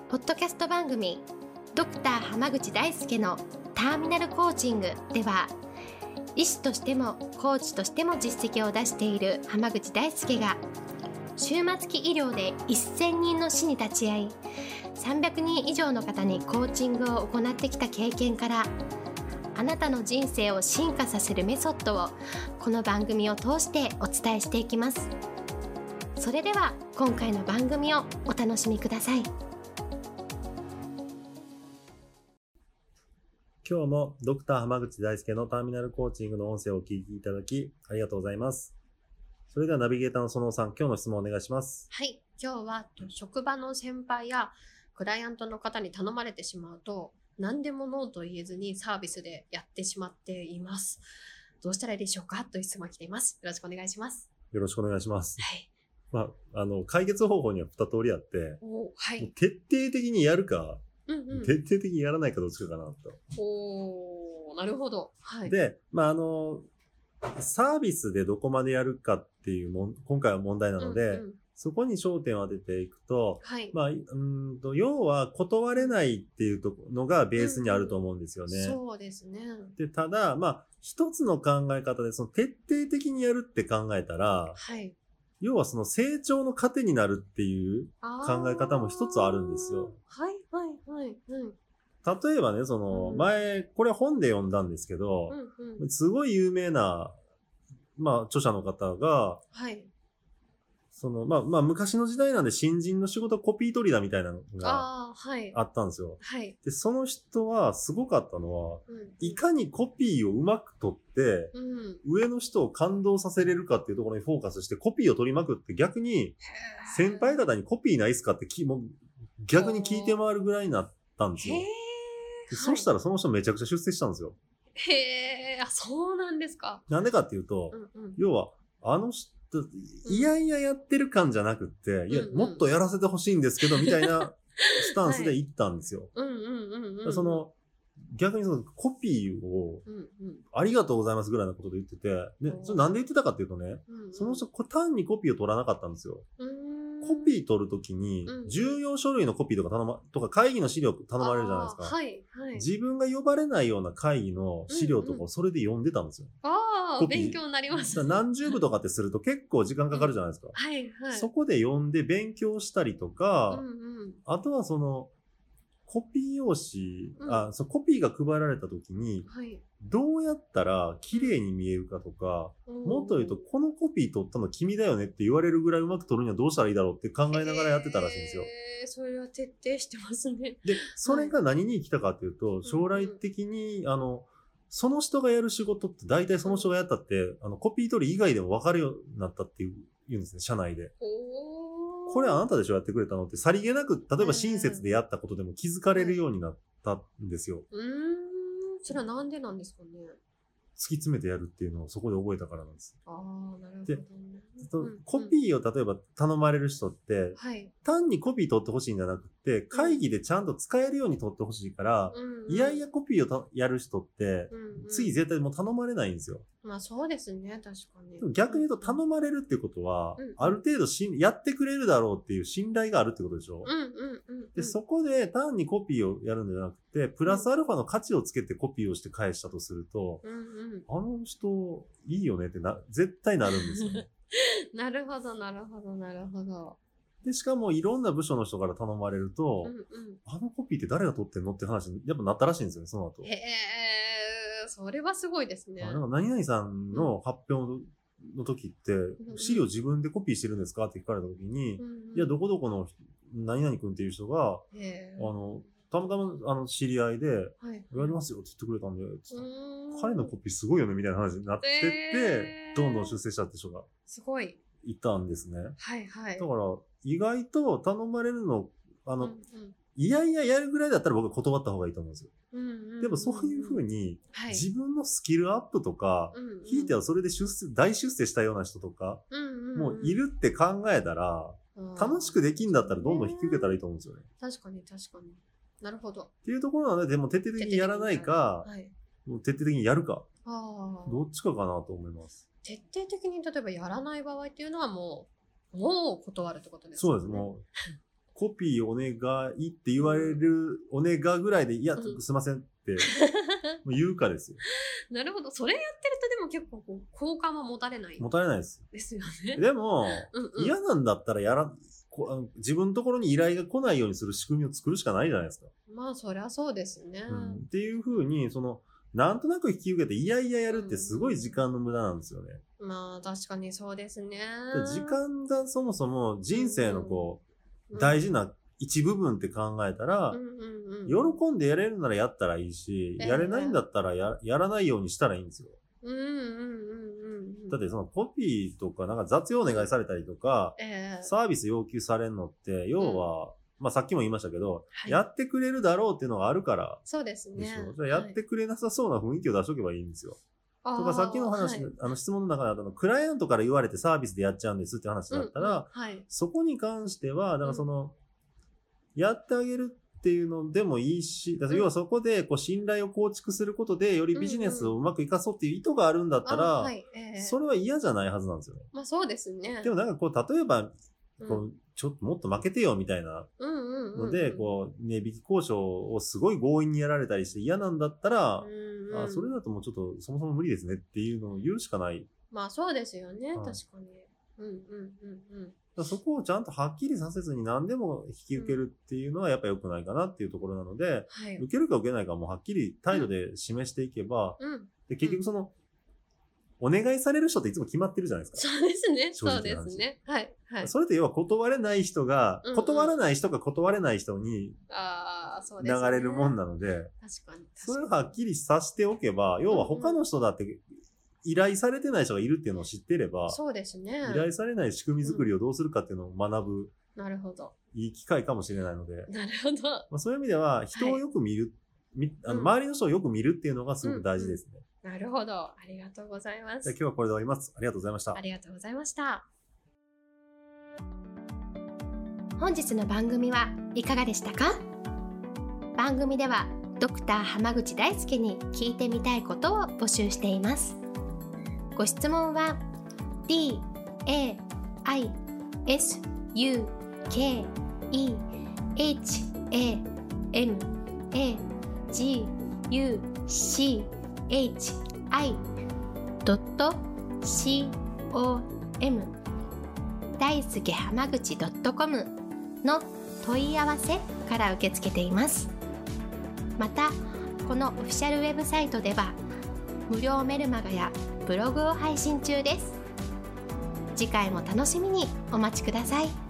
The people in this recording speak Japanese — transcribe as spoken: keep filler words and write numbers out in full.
ポッドキャスト番組ドクター濱口大輔のターミナルコーチングでは、医師としてもコーチとしても実績を出している濱口大輔が終末期医療でせんにんの死に立ち会い、さんびゃくにん以上の方にコーチングを行ってきた経験から、あなたの人生を進化させるメソッドをこの番組を通してお伝えしていきます。それでは今回の番組をお楽しみください。 今日もドクター濱口大輔のターミナルコーチングの音声をお聞きいただきありがとうございます。それではナビゲーターの園尾さん、今日の質問をお願いします。 はい、今日は職場の先輩やクライアントの方に頼まれてしまうと、何でもノーと言えずにサービスでやってしまっています。どうしたらいいでしょうかという質問が来ています。よろしくお願いします。 よろしくお願いします。 はい。 まあ、あの、解決方法には二通りあって、 お、はい、 徹底的にやるか、 うんうん、 徹底的にやらないかどっちかかなと。 おー、なるほど。はい。 で、まあ、あの、サービスでどこまでやるかっていうもん、今回は問題なので、うんうん、そこに焦点を当てていくと、はい、まあ、うんと、要は断れないっていうのがベースにあると思うんですよね。 うんうん、そうですね。 で、ただ、まあ、一つの考え方で、その徹底的にやるって考えたら、はい、要はその成長の糧になるっていう考え方も一つあるんですよ。 はいはいはい、うん。 例えばね、その前、これ本で読んだんですけど、うんうん、すごい有名な、まあ著者の方が、はい、そのまあまあ昔の時代なんで新人の仕事コピー取りだみたいなのがあったんですよ。はい、でその人はすごかったのは、うん、いかにコピーをうまく取って、うん、上の人を感動させれるかっていうところにフォーカスしてコピーを取りまくって、逆に先輩方にコピーないっすかってきも逆に聞いて回るぐらいになったんですよ。そしたらその人めちゃくちゃ出世したんですよ。 へー、あ、そうなんですか。 なんでかっていうと、うんうん、要はあの人いやいややってる感じゃなくって、うん、いや、もっとやらせてほしいんですけど、みたいなスタンスで行ったんですよ。その、逆にそのコピーを、ありがとうございますぐらいのことで言ってて、で、それなんで言ってたかっていうとね、うんうん、その人単にコピーを取らなかったんですよ。コピー取るときに、重要書類のコピーとか頼ま、とか会議の資料頼まれるじゃないですか。はいはい、自分が呼ばれないような会議の資料とかをそれで読んでたんですよ。 うんうん、ああ、勉強になります。 何十部とかってすると結構時間かかるじゃないですか。うん、はいはい。そこで読んで勉強したりとか、うんうん、あとはその、コピー用紙、うん、あ、そのコピーが配られた時に、はい、どうやったら綺麗に見えるかとか、うん、もっと言うと、このコピー取ったの君だよねって言われるぐらいうまく取るにはどうしたらいいだろうって考えながらやってたらしいんですよ。 えー、それは徹底してますね。 で、それが何に来たかっていうと、はい、将来的に、あの、その人がやる仕事って大体その人がやったって、あの、コピー取り以外でも分かるようになったっていう、言うんですね、社内で。これあなたでしょやってくれたのって、さりげなく、例えば親切でやったことでも気づかれるようになったんですよ。 うーん、それはなんでなんですかね。 突き詰めてやるっていうのをそこで覚えたからなんです。 ああ、なるほど、ね。 で、うん、コピーを例えば頼まれる人って、はい、単にコピー取ってほしいんじゃなくて、会議でちゃんと使えるように取ってほしいから、うんうん、いやいやコピーをやる人って、うんうん、次絶対もう頼まれないんですよ。 まあそうですね、確かに。 逆に言うと頼まれるってことは、うんうん、ある程度しやってくれるだろうっていう信頼があるってことでしょ。うんうんうんうん、で、そこで単にコピーをやるんじゃなくて、プラスアルファの価値をつけてコピーをして返したとすると、うんうん、あの人いいよねってな、絶対なるんですよね。 なるほど、なるほど、なるほど。 で、しかもいろんな部署の人から頼まれると、うんうん、あのコピーって誰が取ってんのって話にやっぱなったらしいんですよね、その後。 へー、それはすごいですね。 あ、なんか何々さんの発表の時って、うん、資料自分でコピーしてるんですかって聞かれた時に、うんうん、いや、どこどこの何々君っていう人が、あの、たまたま、あの、知り合いで、はい、やりますよって言ってくれたんで、彼のコピーすごいよねみたいな話になってって、えー、どんどん出世したって人が。 すごい。 いたんですね。 はいはい。 だから、意外と頼まれるの、あの、うんうん、いやいややるぐらいだったら僕は断った方がいいと思うんですよ。うんうんうんうん、でもそういうふうに、はい、自分のスキルアップとか、うんうん、ひいてはそれで出世、大出世したような人とか、うんうんうん、もういるって考えたら、楽しくできんだったらどんどん引き受けたらいいと思うんですよね。 確かに確かに。なるほど。 っていうところなので、でも徹底的にやらないか、はい、もう徹底的にやるか、あ、どっちかかなと思います。 徹底的に例えばやらない場合っていうのはもう、もう断るってことですかね。 そうです。もう、 コピーお願いって言われるお願いぐらいで、いや、 うんすいませんって言うかですよ。 なるほど。それやってるとでも結構こう好感は持たれない持たれないです。 ですよね。 でも、 うんうん、 嫌なんだったらやら、自分のところに依頼が来ないようにする仕組みを作るしかないじゃないですか。 まあ、そりゃそうですね。 うん、っていう風に、その、なんとなく引き受けて、いやいややるってすごい時間の無駄なんですよね。 うん、まあ、確かにそうですね。 時間がそもそも人生のこう、うん、大事な一部分って考えたら、うんうんうん、喜んでやれるならやったらいいし、えー、やれないんだったら や, やらないようにしたらいいんですよ。うんうんうんうん、だってそのコピーとかなんか雑用お願いされたりとか、えー、サービス要求されるのって要は、うん、まあさっきも言いましたけど、はい、やってくれるだろうっていうのがあるから。 そうですね。 じゃあやってくれなさそうな雰囲気を出しとけばいいんですよ。はい、とかさっきの話、はい、あの質問の中であったの、クライアントから言われてサービスでやっちゃうんですって話だったら、うんうんはい、そこに関しては、だからその、うん、やってあげるっていうのでもいいし、だから要はそこでこう信頼を構築することでよりビジネスをうまく活かそうっていう意図があるんだったら、うんうんはいえー、それは嫌じゃないはずなんですよね。 まあそうですね。 でもなんかこう、例えば、こうちょっともっと負けてよみたいなので、こう、値引き交渉をすごい強引にやられたりして嫌なんだったら、うんうん、あそれだともうちょっとそもそも無理ですねっていうのを言うしかない。 まあそうですよね、はい、確かに。うんうんうんうん。 そこをちゃんとはっきりさせずに何でも引き受けるっていうのはやっぱ良くないかなっていうところなので、はい、受けるか受けないかもはっきり態度で示していけば、うん、で結局その、うん、お願いされる人っていつも決まってるじゃないですか。 そうですね。そうですね。はい。はい。 それって要は断れない人が、うんうん、断らない人が断れない人に流れるもんなので、 確かに。確かにそれをはっきりさせておけば、要は他の人だって依頼されてない人がいるっていうのを知ってれば、 そうですね。 依頼されない仕組み作りをどうするかっていうのを学ぶ、 うん、なるほど。 いい機会かもしれないので、 なるほど。 まあ、そういう意味では人をよく見る、はい、あの周りの人をよく見るっていうのがすごく大事ですね。 うんうん、なるほど。ありがとうございます。 じゃあ今日はこれで終わります。ありがとうございました。 ありがとうございました。本日の番組はいかがでしたか？番組ではドクター濱口大輔に聞いてみたいことを募集しています。ご質問は ディー エー アイ エス ユー ケー イー エイチ エー エム エー ジー ユー シー エイチ アイ ドット シー オー エム 大輔濱口 .com の問い合わせから受け付けています。またこのオフィシャルウェブサイトでは無料メルマガやブログを配信中です。次回も楽しみにお待ちください。